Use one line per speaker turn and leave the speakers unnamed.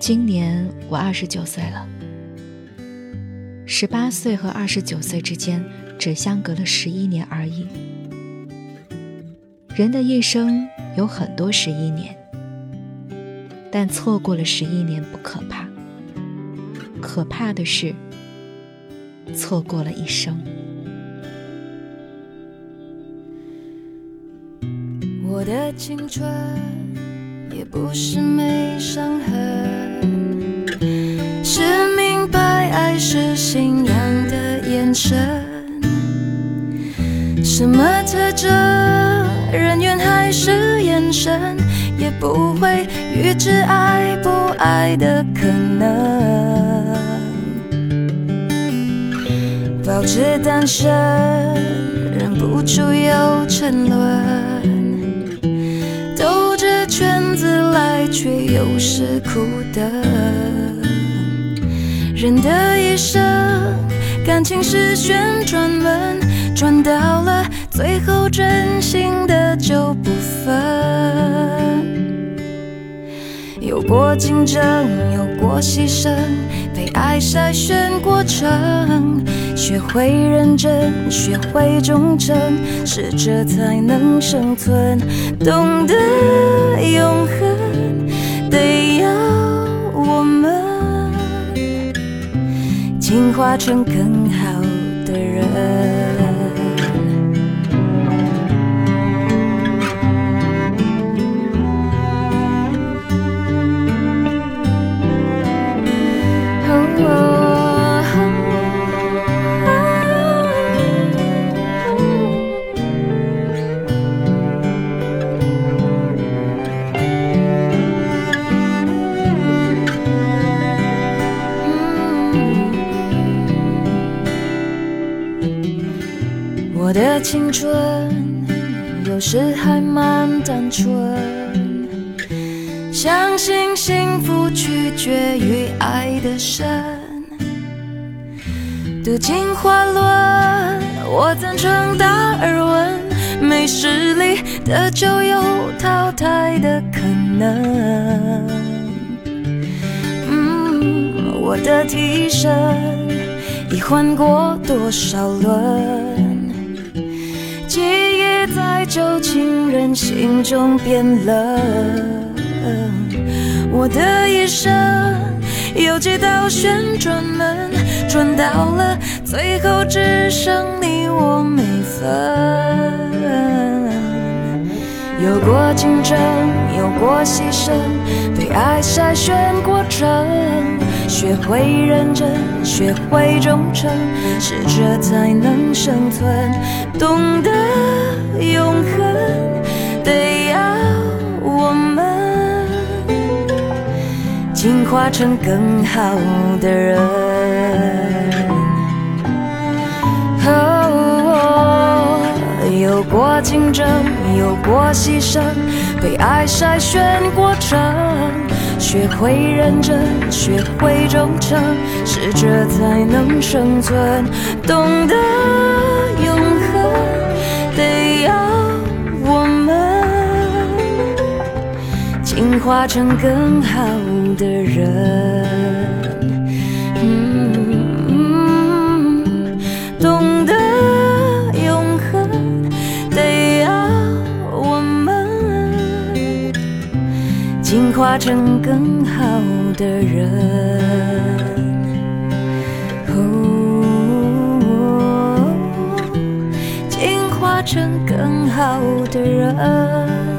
今年我29岁了，18岁和29岁之间只相隔了11年而已。人的一生有很多11年，但错过了11年不可怕，可怕的是错过了一生。
我的青春也不是没伤痕，是明白爱是信仰的眼神。什么特征，人缘还是眼神，也不会预知爱不爱的可能。保持单身，忍不住有沉沦，兜着圈子来，却又是苦的。人的一生，感情是旋转门，转到了最后，真心的就不分。有过竞争，有过牺牲，被爱筛选过程，学会认真，学会忠诚，适者才能生存。懂得永恒，得要我们进化成更好的人。我的青春有时还蛮单纯，相信幸福取决于爱的深。读进化论，我赞成达尔文，没实力的就有淘汰的可能。我的替身已换过多少轮，记忆在旧情人心中变冷。我的一生有几道旋转门，转到了最后，只剩你我没分。有过竞争，有过牺牲，被爱筛选过程，学会认真，学会忠诚，适者才能生存。懂得永恒，得要我们进化成更好的人。有过竞争，有过牺牲，被爱筛选过程，学会认真，学会忠诚，适者才能生存。懂得永恒，得要我们进化成更好的人。懂得永恒，得要我们进化成更好的人。进化成更好的人。